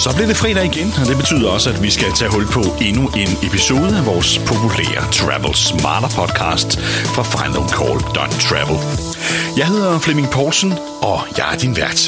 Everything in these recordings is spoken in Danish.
Så bliver det fredag igen, og det betyder også, at vi skal tage hul på endnu en episode af vores populære Travel Smarter podcast fra Final Call Travel. Jeg hedder Flemming Poulsen, og jeg er din vært.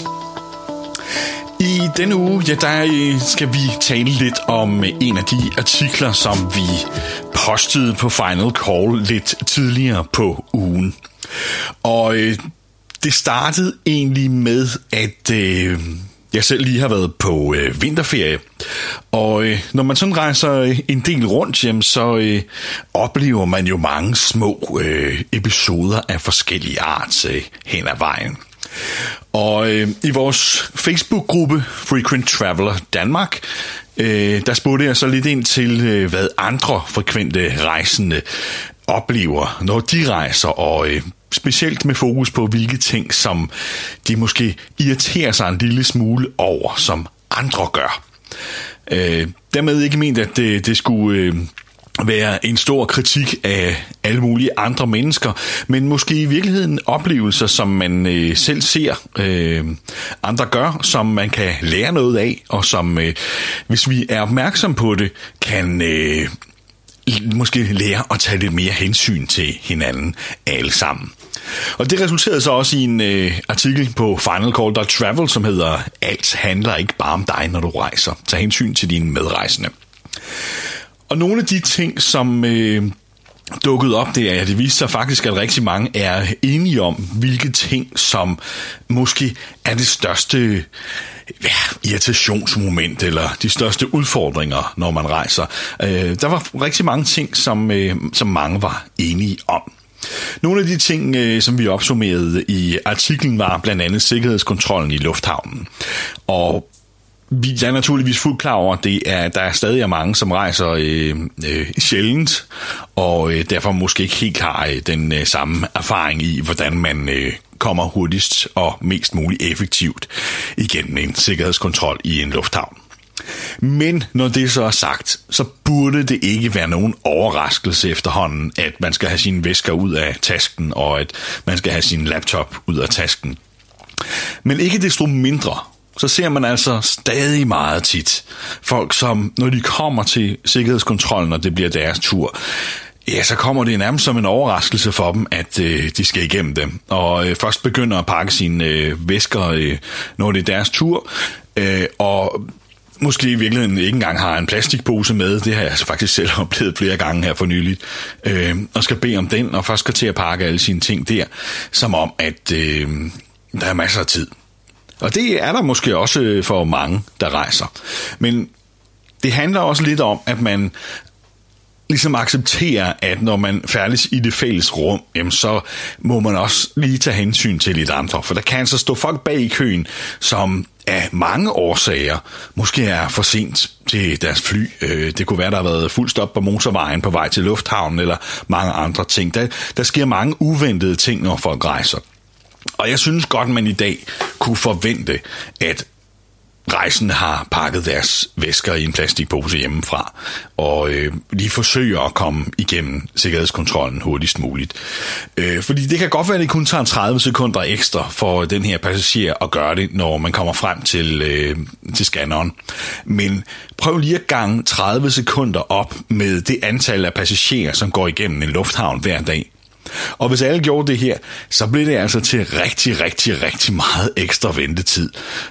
I denne uge, der skal vi tale lidt om en af de artikler, som vi postede på Final Call lidt tidligere på ugen. Og det startede egentlig med, at jeg selv lige har været på vinterferie. Og når man sådan rejser en del rundt hjem, så oplever man jo mange små episoder af forskellige art hen ad vejen. Og i vores Facebook-gruppe Frequent Traveler Danmark, der spurgte jeg så lidt ind til, hvad andre frekvente rejsende oplever, når de rejser, og specielt med fokus på, hvilke ting, som de måske irriterer sig en lille smule over, som andre gør. Dermed ikke ment, at det skulle være en stor kritik af alle mulige andre mennesker, men måske i virkeligheden oplevelser, som man selv ser andre gør, som man kan lære noget af, og som, hvis vi er opmærksom på det, kan måske lære at tage lidt mere hensyn til hinanden alle sammen. Og det resulterede så også i en artikel på Final Call Travel, som hedder "Alt handler ikke bare om dig, når du rejser. Tag hensyn til dine medrejsende." Og nogle af de ting, som dukkede op, det er, at det viste sig faktisk, at rigtig mange er enige om, hvilke ting, som måske er det største irritationsmoment, eller de største udfordringer, når man rejser. Der var rigtig mange ting, som mange var enige om. Nogle af de ting, som vi opsummerede i artiklen, var blandt andet sikkerhedskontrollen i lufthavnen. Og vi er naturligvis fuldt klar over, at der er stadig mange, som rejser sjældent, og derfor måske ikke helt har den samme erfaring i, hvordan man kommer hurtigst og mest muligt effektivt igennem en sikkerhedskontrol i en lufthavn. Men når det så er sagt, så burde det ikke være nogen overraskelse efterhånden, at man skal have sine væsker ud af tasken, og at man skal have sin laptop ud af tasken. Men ikke desto mindre, så ser man altså stadig meget tit folk, som når de kommer til sikkerhedskontrollen, og det bliver deres tur, ja, så kommer det nærmest som en overraskelse for dem, at de skal igennem dem. Og først begynder at pakke sine væsker, når det er deres tur, og måske i virkeligheden ikke engang har en plastikpose med. Det har jeg altså faktisk selv oplevet flere gange her for nyligt. Og skal bede om den, og først skal til at pakke alle sine ting der, som om, at der er masser af tid. Og det er der måske også for mange, der rejser. Men det handler også lidt om, at man ligesom accepterer, at når man færdes i det fælles rum, jamen så må man også lige tage hensyn til lidt andre. For der kan altså stå folk bag i køen, som af mange årsager måske er for sent til deres fly. Det kunne være, der har været fuld stop på motorvejen på vej til lufthavnen, eller mange andre ting. Der sker mange uventede ting, når folk rejser. Og jeg synes godt, man i dag kunne forvente, at rejsende har pakket deres væsker i en plastikpose hjemmefra, og de forsøger at komme igennem sikkerhedskontrollen hurtigst muligt. Fordi det kan godt være, at det kun tager 30 sekunder ekstra for den her passager at gøre det, når man kommer frem til scanneren. Men prøv lige at gange 30 sekunder op med det antal af passagerer, som går igennem en lufthavn hver dag. Og hvis alle gjorde det her, så blev det altså til rigtig, rigtig, rigtig meget ekstra ventetid,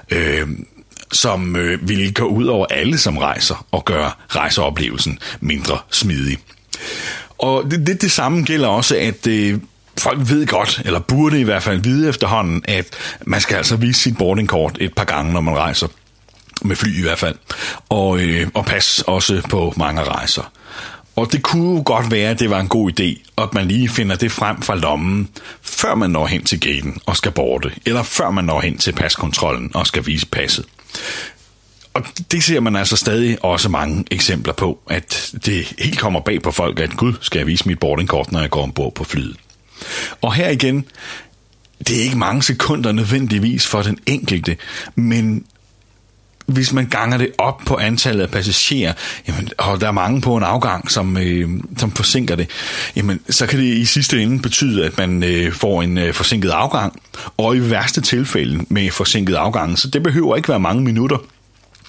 som ville gå ud over alle, som rejser, og gøre rejseoplevelsen mindre smidig. Og det samme gælder også, at folk ved godt, eller burde i hvert fald vide efterhånden, at man skal altså vise sit boardingkort et par gange, når man rejser. Med fly i hvert fald. Og pas også på mange rejser. Og det kunne jo godt være, at det var en god idé, at man lige finder det frem fra lommen, før man når hen til gaten og skal boarde, eller før man når hen til paskontrollen og skal vise passet. Og det ser man altså stadig også mange eksempler på, at det helt kommer bag på folk, at gud, skal jeg vise mit boardingkort, når jeg går ombord på flyet. Og her igen, det er ikke mange sekunder nødvendigvis for den enkelte, men hvis man ganger det op på antallet af passagerer, jamen, og der er mange på en afgang, som forsinker det, jamen, så kan det i sidste ende betyde, at man får en forsinket afgang, og i værste tilfælde med forsinket afgang, så det behøver ikke være mange minutter.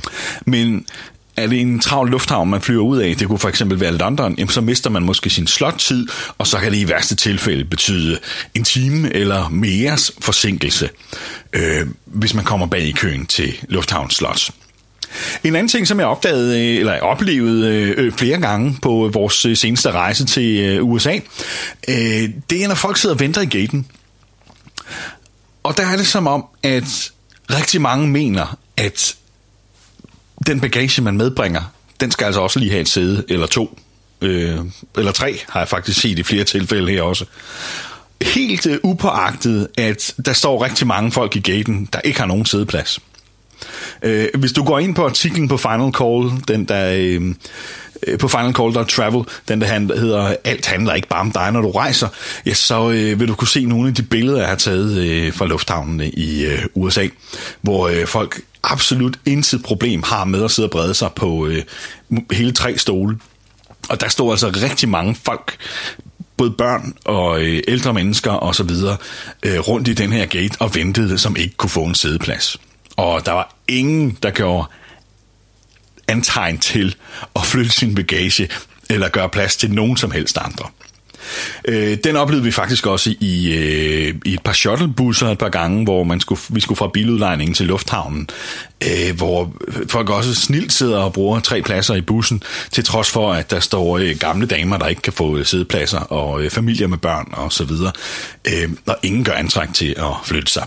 Men er det en travl lufthavn, man flyver ud af, det kunne for eksempel være London, så mister man måske sin slottid, og så kan det i værste tilfælde betyde en time eller mere forsinkelse, hvis man kommer bag i køen til lufthavns slots. En anden ting, som jeg oplevede flere gange på vores seneste rejse til USA, det er, når folk sidder og venter i gaten. Og der er det som om, at rigtig mange mener, at den bagage, man medbringer, den skal altså også lige have et sæde, eller 2, eller 3, har jeg faktisk set i flere tilfælde her også. Helt upåagtet, at der står rigtig mange folk i gaten, der ikke har nogen sædeplads. Hvis du går ind på artiklen på Final Call, den der på finalcall.travel, den der hedder "Alt handler ikke bare om dig, når du rejser", ja, så vil du kunne se nogle af de billeder, jeg har taget fra lufthavnene i USA, hvor folk absolut intet problem har med at sidde og brede sig på hele 3 stole. Og der står altså rigtig mange folk, både børn og ældre mennesker og så videre, rundt i den her gate og ventede, som ikke kunne få en sædeplads. Og der var ingen, der gjorde antegn til at flytte sin bagage eller gøre plads til nogen som helst andre. Den oplevede vi faktisk også i et par shuttlebusser et par gange, hvor vi skulle fra biludlejningen til lufthavnen, hvor folk også snilt sidder og bruger 3 pladser i bussen, til trods for, at der står gamle damer, der ikke kan få sædepladser, og familier med børn og så videre, og ingen gør antræk til at flytte sig.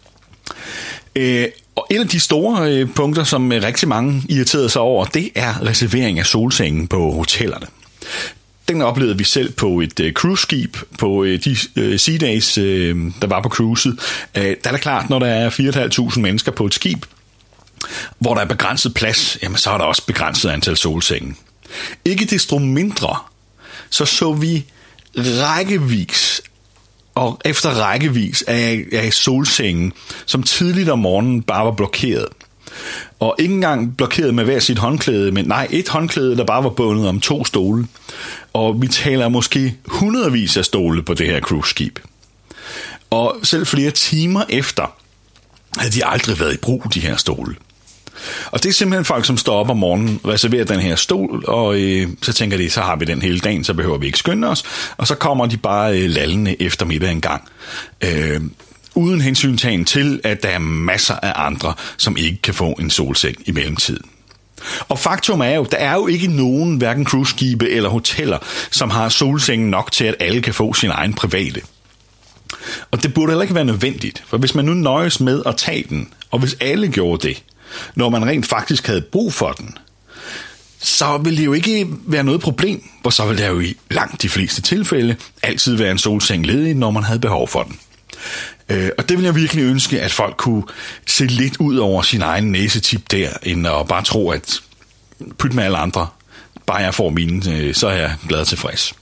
Og et af de store punkter, som rigtig mange irriterede sig over, det er reservering af solsengen på hotellerne. Den oplevede vi selv på et cruiseskib, på de Sea Days, der var på cruiset. Der er det klart, når der er 4.500 mennesker på et skib, hvor der er begrænset plads, jamen så er der også begrænset antal solsenge. Ikke desto mindre, så vi rækkevis og efter rækkevis af solsengen, som tidligt om morgenen bare var blokeret. Og ikke engang blokeret med hver sit håndklæde, men et håndklæde, der bare var bundet om 2 stole. Og vi taler måske hundredvis af stole på det her cruiseskib. Og selv flere timer efter havde de aldrig været i brug, de her stole. Og det er simpelthen folk, som står op om morgenen, reserverer den her stol, og så tænker de, så har vi den hele dagen, så behøver vi ikke skynde os. Og så kommer de bare lallende efter middag en gang. Uden hensyntagen til, at der er masser af andre, som ikke kan få en solseng i mellemtiden. Og faktum er jo, der er jo ikke nogen, hverken cruiseskibe eller hoteller, som har solsengen nok til, at alle kan få sin egen private. Og det burde heller ikke være nødvendigt, for hvis man nu nøjes med at tage den, og hvis alle gjorde det, når man rent faktisk havde brug for den, så ville det jo ikke være noget problem, for så ville der jo i langt de fleste tilfælde altid være en solseng ledig, når man havde behov for den. Og det vil jeg virkelig ønske, at folk kunne se lidt ud over sin egen næsetip der, end at bare tro, at pyt med alle andre, bare jeg får mine, så er jeg glad og tilfreds.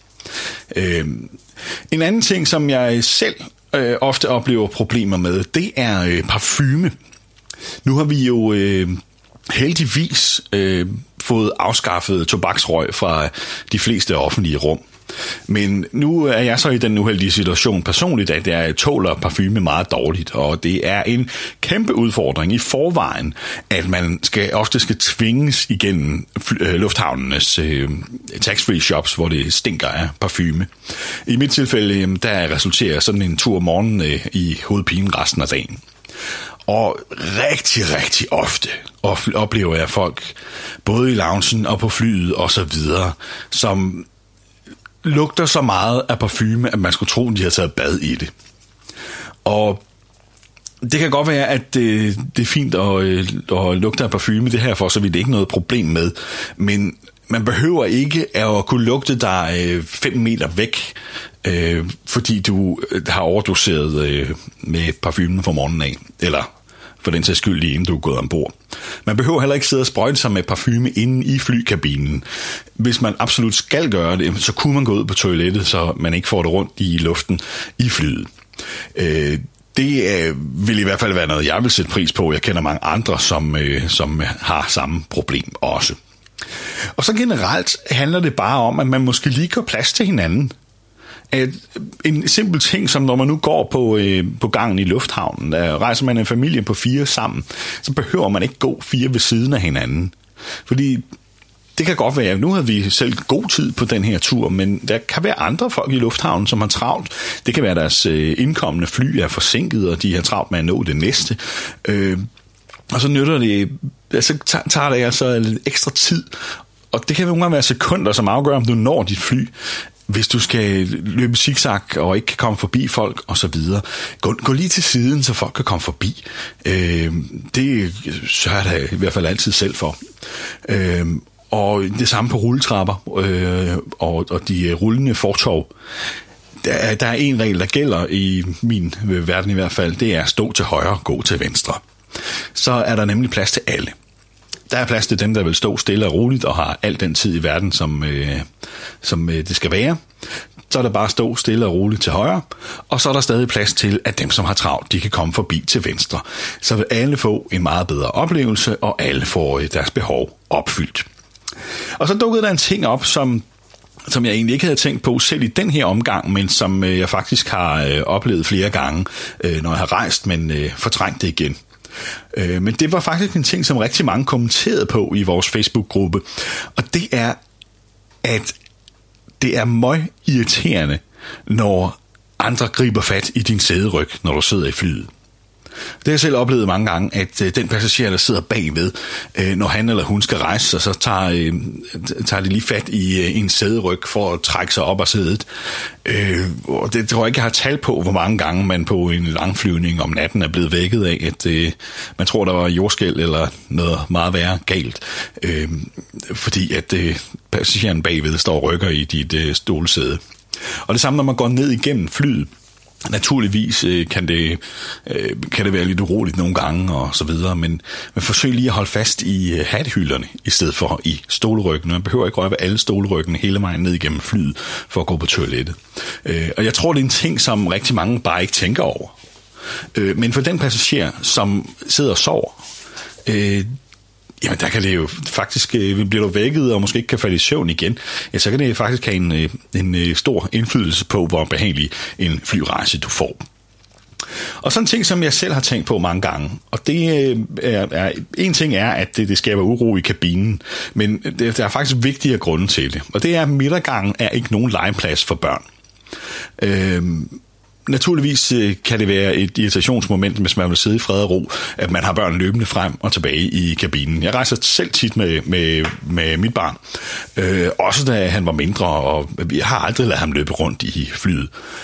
En anden ting, som jeg selv ofte oplever problemer med, det er parfume. Nu har vi jo heldigvis fået afskaffet tobaksrøg fra de fleste offentlige rum. Men nu er jeg så i den uheldige situation personligt, at jeg tåler parfume meget dårligt, og det er en kæmpe udfordring i forvejen, at man ofte skal tvinges igennem lufthavnenes tax-free shops, hvor det stinker af parfume. I mit tilfælde, der resulterer sådan en tur om morgenen i hovedpine resten af dagen. Og rigtig, rigtig ofte oplever jeg folk, både i loungen og på flyet og så videre, som lugter så meget af parfume, at man skulle tro, at de har taget bad i det. Og det kan godt være, at det er fint at lugte af parfume. Det her for så vidt ikke noget problem med. Men man behøver ikke at kunne lugte dig 5 meter væk, fordi du har overdoseret med parfumen fra morgenen af. Eller for den sags skyld lige inden du er gået ombord. Man behøver heller ikke sidde og sprøjte sig med parfume inde i flykabinen. Hvis man absolut skal gøre det, så kunne man gå ud på toilettet, så man ikke får det rundt i luften i flyet. Det vil i hvert fald være noget, jeg vil sætte pris på. Jeg kender mange andre, som har samme problem også. Og så generelt handler det bare om, at man måske lige gør plads til hinanden. at en simpel ting, som når man nu går på gangen i lufthavnen, der rejser man en familie på 4 sammen, så behøver man ikke gå 4 ved siden af hinanden. Fordi det kan godt være, nu har vi selv god tid på den her tur, men der kan være andre folk i lufthavnen, som har travlt. Det kan være, deres indkommende fly er forsinket, og de har travlt med at nå det næste. Og så nytter det, så tager det altså lidt ekstra tid, og det kan nogle gange være sekunder, som afgør, om du når dit fly. Hvis du skal løbe zigzag og ikke kan komme forbi folk og så videre, gå lige til siden, så folk kan komme forbi. Det sørger jeg i hvert fald altid selv for. Og det samme på rulletrapper og de rullende fortov. Der er en regel, der gælder i min verden i hvert fald, det er stå til højre, gå til venstre. Så er der nemlig plads til alle. Der er plads til dem, der vil stå stille og roligt og har al den tid i verden, som det skal være. Så er der bare stå stille og roligt til højre, og så er der stadig plads til, at dem, som har travlt, de kan komme forbi til venstre. Så vil alle få en meget bedre oplevelse, og alle får deres behov opfyldt. Og så dukkede der en ting op, som jeg egentlig ikke havde tænkt på selv i den her omgang, men som jeg faktisk har oplevet flere gange, når jeg har rejst, men fortrængt det igen. Men det var faktisk en ting, som rigtig mange kommenterede på i vores Facebook-gruppe, og det er, at det er møg irriterende, når andre griber fat i din sæderyg, når du sidder i flyet. Det har jeg selv oplevet mange gange, at den passager, der sidder bagved, når han eller hun skal rejse sig, så tager de lige fat i en sæderyg for at trække sig op af sædet. Og det tror jeg ikke, jeg har talt på, hvor mange gange man på en langflyvning om natten er blevet vækket af, at man tror, der var jordskælv eller noget meget værre galt. Fordi at passageren bagved står og rykker i dit stolsæde. Og det samme, når man går ned igennem flyet. Naturligvis kan det være lidt uroligt nogle gange og så videre, men forsøg lige at holde fast i hattehylderne i stedet for i stolryggene. Man behøver ikke røre ved alle stolryggene hele vejen ned igennem flyet for at gå på toilettet. Og jeg tror, det er en ting, som rigtig mange bare ikke tænker over. Men for den passager, som sidder og sover, jamen der kan det jo faktisk, bliver du vækket og måske ikke kan falde i søvn igen, ja, så kan det faktisk have en stor indflydelse på, hvor behagelig en flyrejse du får. Og sådan en ting, som jeg selv har tænkt på mange gange, og det er en ting er, at det skaber uro i kabinen, men der er faktisk vigtigere grunde til det, og det er, at midtergangen er ikke nogen legeplads for børn. Naturligvis kan det være et irritationsmoment, hvis man vil sidde i fred og ro, at man har børn løbende frem og tilbage i kabinen. Jeg rejser selv tit med mit barn, også da han var mindre, og jeg har aldrig ladet ham løbe rundt i flyet,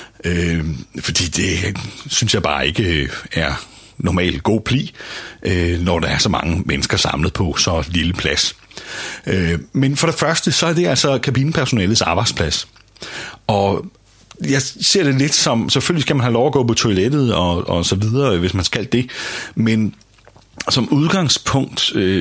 fordi det synes jeg bare ikke er normalt god pli, når der er så mange mennesker samlet på så lille plads. Men for det første, så er det altså kabinepersonalets arbejdsplads, og jeg ser det lidt som, selvfølgelig skal man have lov at gå på toilettet og så videre, hvis man skal det, men som udgangspunkt,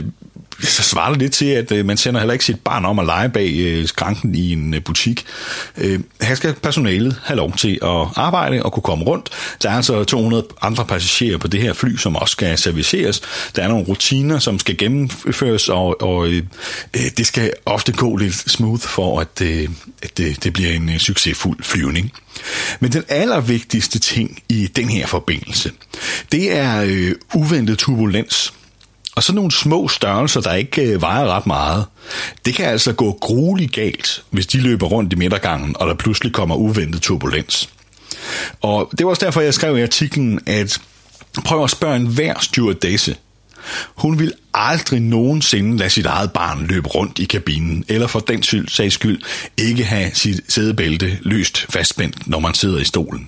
så svarer det lidt til, at man sender heller ikke sit barn om at lege bag skranken i en butik. Her skal personalet have lov til at arbejde og kunne komme rundt. Der er altså 200 andre passagerer på det her fly, som også skal serviceres. Der er nogle rutiner, som skal gennemføres, og det skal ofte gå lidt smooth for, at det bliver en succesfuld flyvning. Men den allervigtigste ting i den her forbindelse, det er uventet turbulens. Og så nogle små størrelser, der ikke vejer ret meget, det kan altså gå grueligt galt, hvis de løber rundt i midtergangen, og der pludselig kommer uventet turbulens. Og det var også derfor, jeg skrev i artiklen, at prøv at spørge enhver stewardesse. Hun vil aldrig nogensinde lade sit eget barn løbe rundt i kabinen, eller for den sags skyld ikke have sit sædebælte løst fastspændt, når man sidder i stolen.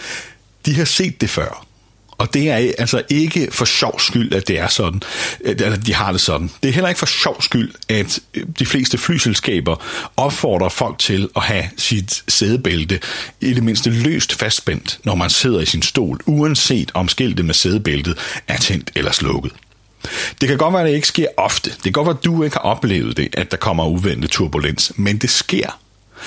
De har set det før. Og det er altså ikke for sjov skyld, at det er sådan, eller de har det sådan. Det er heller ikke for sjov skyld, at de fleste flyselskaber opfordrer folk til at have sit sædebælte i det mindste løst fastspændt, når man sidder i sin stol, uanset om skiltet med sædebæltet er tændt eller slukket. Det kan godt være, at det ikke sker ofte. Det kan godt være, at du ikke har oplevet det, at der kommer uventet turbulens, men det sker.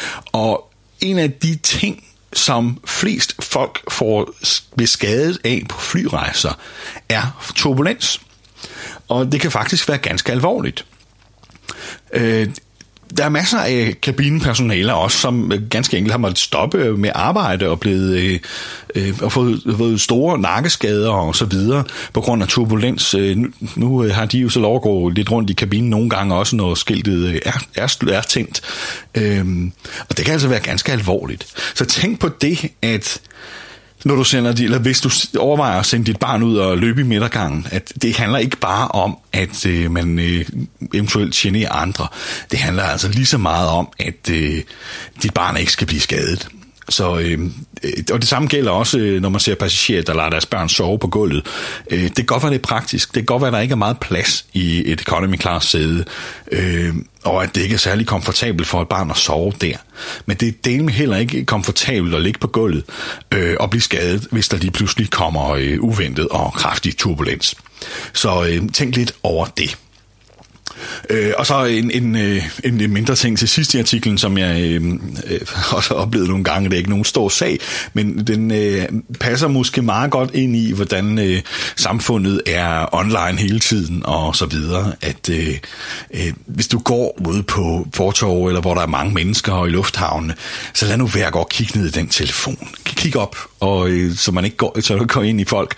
Og en af de ting, som flest folk får beskadet af på flyrejser, er turbulens. Og det kan faktisk være ganske alvorligt. Der er masser af kabinepersonale også, som ganske enkelt har måttet stoppe med arbejde og blevet og fået store nakkeskader og så videre på grund af turbulens. Nu har de jo så lov at gå lidt rundt i kabinen nogle gange også, når skiltet er tændt. Og det kan altså være ganske alvorligt. Så tænk på det, at når du sender eller hvis du overvejer at sende dit barn ud og løbe i midtergangen, at det handler ikke bare om, at man eventuelt generer andre. Det handler altså lige så meget om, at dit barn ikke skal blive skadet. Så, og det samme gælder også, når man ser passagerer, der lader deres børn sove på gulvet. Det kan godt være, det er praktisk. Det kan godt være, der ikke er meget plads i et economy class sæde, og at det ikke er særlig komfortabelt for et barn at sove der. Men det er delvis heller ikke komfortabelt at ligge på gulvet og blive skadet, hvis der lige pludselig kommer uventet og kraftig turbulens. Så tænk lidt over det. Og så en mindre ting til sidst i artiklen, som jeg også har oplevet nogle gange. Det er ikke nogen stor sag, men den passer måske meget godt ind i, hvordan samfundet er online hele tiden og så videre. At hvis du går ude på fortov, eller hvor der er mange mennesker og i lufthavne, så lad nu være at gå og kigge ned i den telefon. Kig op, og så man ikke går ind i folk.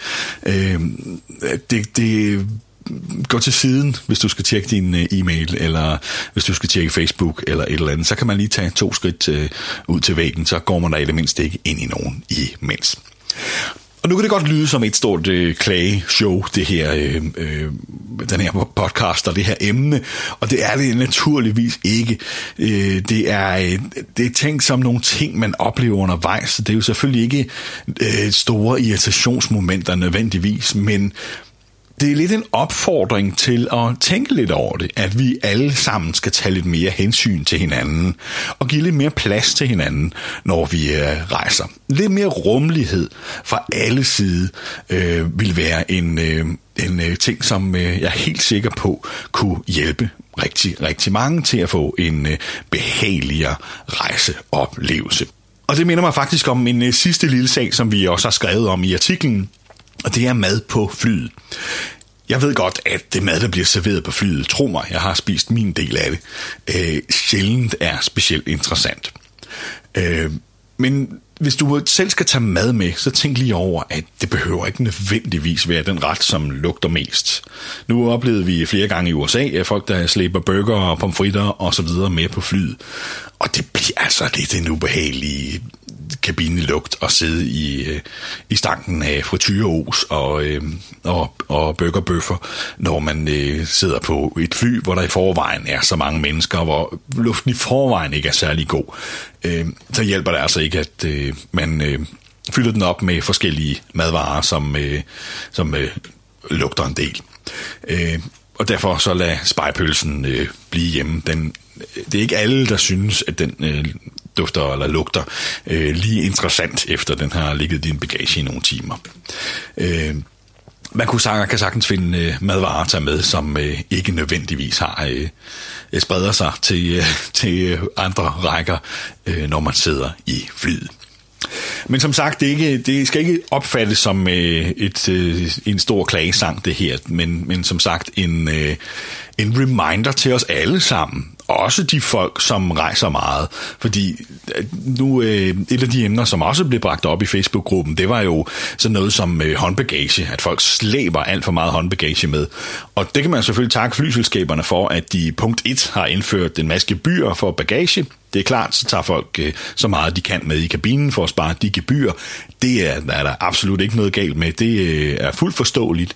Gå til siden, hvis du skal tjekke din e-mail, eller hvis du skal tjekke Facebook, eller et eller andet. Så kan man lige tage 2 skridt ud til væggen, så går man der i det mindste ikke ind i nogen imens. Og nu kan det godt lyde som et stort klageshow, det her, den her podcast og det her emne, og det er det naturligvis ikke. Det er tænkt som nogle ting, man oplever undervejs, så det er jo selvfølgelig ikke store irritationsmomenter nødvendigvis, men det er lidt en opfordring til at tænke lidt over det, at vi alle sammen skal tage lidt mere hensyn til hinanden og give lidt mere plads til hinanden, når vi rejser. Lidt mere rummelighed fra alle sider vil være en ting, som jeg er helt sikker på kunne hjælpe rigtig, rigtig mange til at få en behageligere rejseoplevelse. Og det minder mig faktisk om en sidste lille sag, som vi også har skrevet om i artiklen, og det er mad på flyet. Jeg ved godt, at det mad, der bliver serveret på flyet, tro mig, jeg har spist min del af det, sjældent er specielt interessant. Men hvis du selv skal tage mad med, så tænk lige over, at det behøver ikke nødvendigvis være den ret, som lugter mest. Nu oplevede vi flere gange i USA, at folk, der slæber burger og pomfritter og så videre med på flyet. Og det bliver altså lidt en ubehagelig kabinelugt at sidde i stanken af frityreos og burgerbøffer, når man sidder på et fly, hvor der i forvejen er så mange mennesker, hvor luften i forvejen ikke er særlig god. Så hjælper det altså ikke, at man fylder den op med forskellige madvarer, som lugter en del. Og derfor så lad spegepølsen blive hjemme. Det er ikke alle, der synes, at den dufter eller lugter lige interessant, efter den har ligget i din bagage i nogle timer. Man kan sagtens finde madvarer at tage med, som ikke nødvendigvis har spreder sig til andre rækker, når man sidder i flyet. Men som sagt, det skal ikke opfattes som en stor klagesang, det her, men som sagt en reminder til os alle sammen. Også de folk, som rejser meget. Fordi nu et af de emner, som også blev bragt op i Facebook-gruppen, det var jo sådan noget som håndbagage. At folk slæber alt for meget håndbagage med. Og det kan man selvfølgelig takke flyselskaberne for, at de punkt 1 har indført en masse gebyrer for bagage. Det er klart, så tager folk så meget de kan med i kabinen for at spare de gebyrer. Det er der absolut ikke noget galt med. Det er fuldt forståeligt.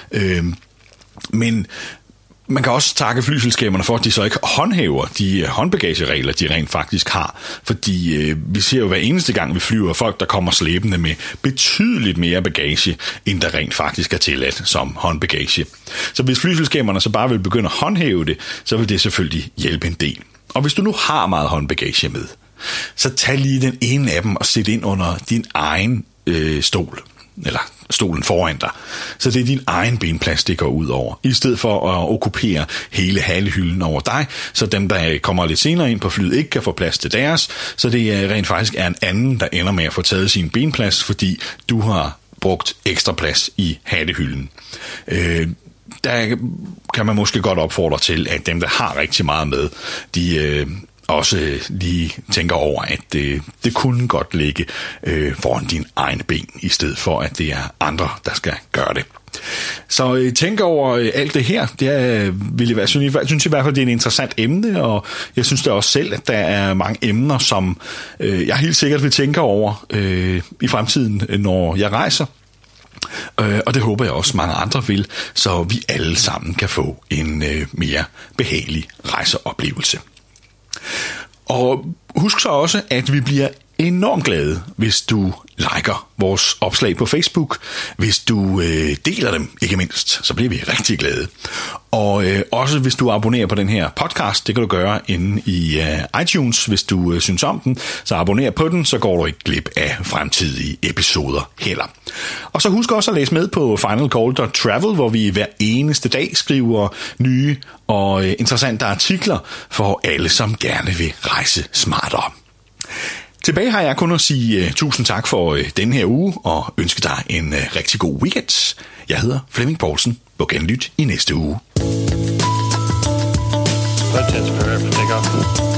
Men man kan også takke flyselskaberne for, at de så ikke håndhæver de håndbagageregler, de rent faktisk har. Fordi vi ser jo hver eneste gang, vi flyver, folk, der kommer slæbende med betydeligt mere bagage, end der rent faktisk er tilladt som håndbagage. Så hvis flyselskaberne så bare vil begynde at håndhæve det, så vil det selvfølgelig hjælpe en del. Og hvis du nu har meget håndbagage med, så tag lige den ene af dem og sæt ind under din egen stol, eller stolen foran dig. Så det er din egen benplads, det går ud over. I stedet for at okkupere hele halehylden over dig, så dem, der kommer lidt senere ind på flyet, ikke kan få plads til deres, så det rent faktisk er en anden, der ender med at få taget sin benplads, fordi du har brugt ekstra plads i halehylden. der kan man måske godt opfordre til, at dem, der har rigtig meget med, de også lige tænker over, at det kunne godt ligge foran din egen ben, i stedet for, at det er andre, der skal gøre det. Så tænk over alt det her. Jeg synes i hvert fald, det er et interessant emne, og jeg synes da også selv, at der er mange emner, som jeg helt sikkert vil tænke over i fremtiden, når jeg rejser. Og det håber jeg også mange andre vil, så vi alle sammen kan få en mere behagelig rejseoplevelse. Og husk så også, at vi bliver enormt glade, hvis du liker vores opslag på Facebook. Hvis du deler dem, ikke mindst, så bliver vi rigtig glade. Og også hvis du abonnerer på den her podcast, det kan du gøre inde i iTunes, hvis du synes om den. Så abonner på den, så går du ikke glip af fremtidige episoder heller. Og så husk også at læse med på finalcall.travel, hvor vi hver eneste dag skriver nye og interessante artikler for alle, som gerne vil rejse smartere. Tilbage har jeg kun at sige tusind tak for den her uge, og ønske dig en rigtig god weekend. Jeg hedder Flemming Poulsen. På genlyt i næste uge. Flight test prepare for takeoff.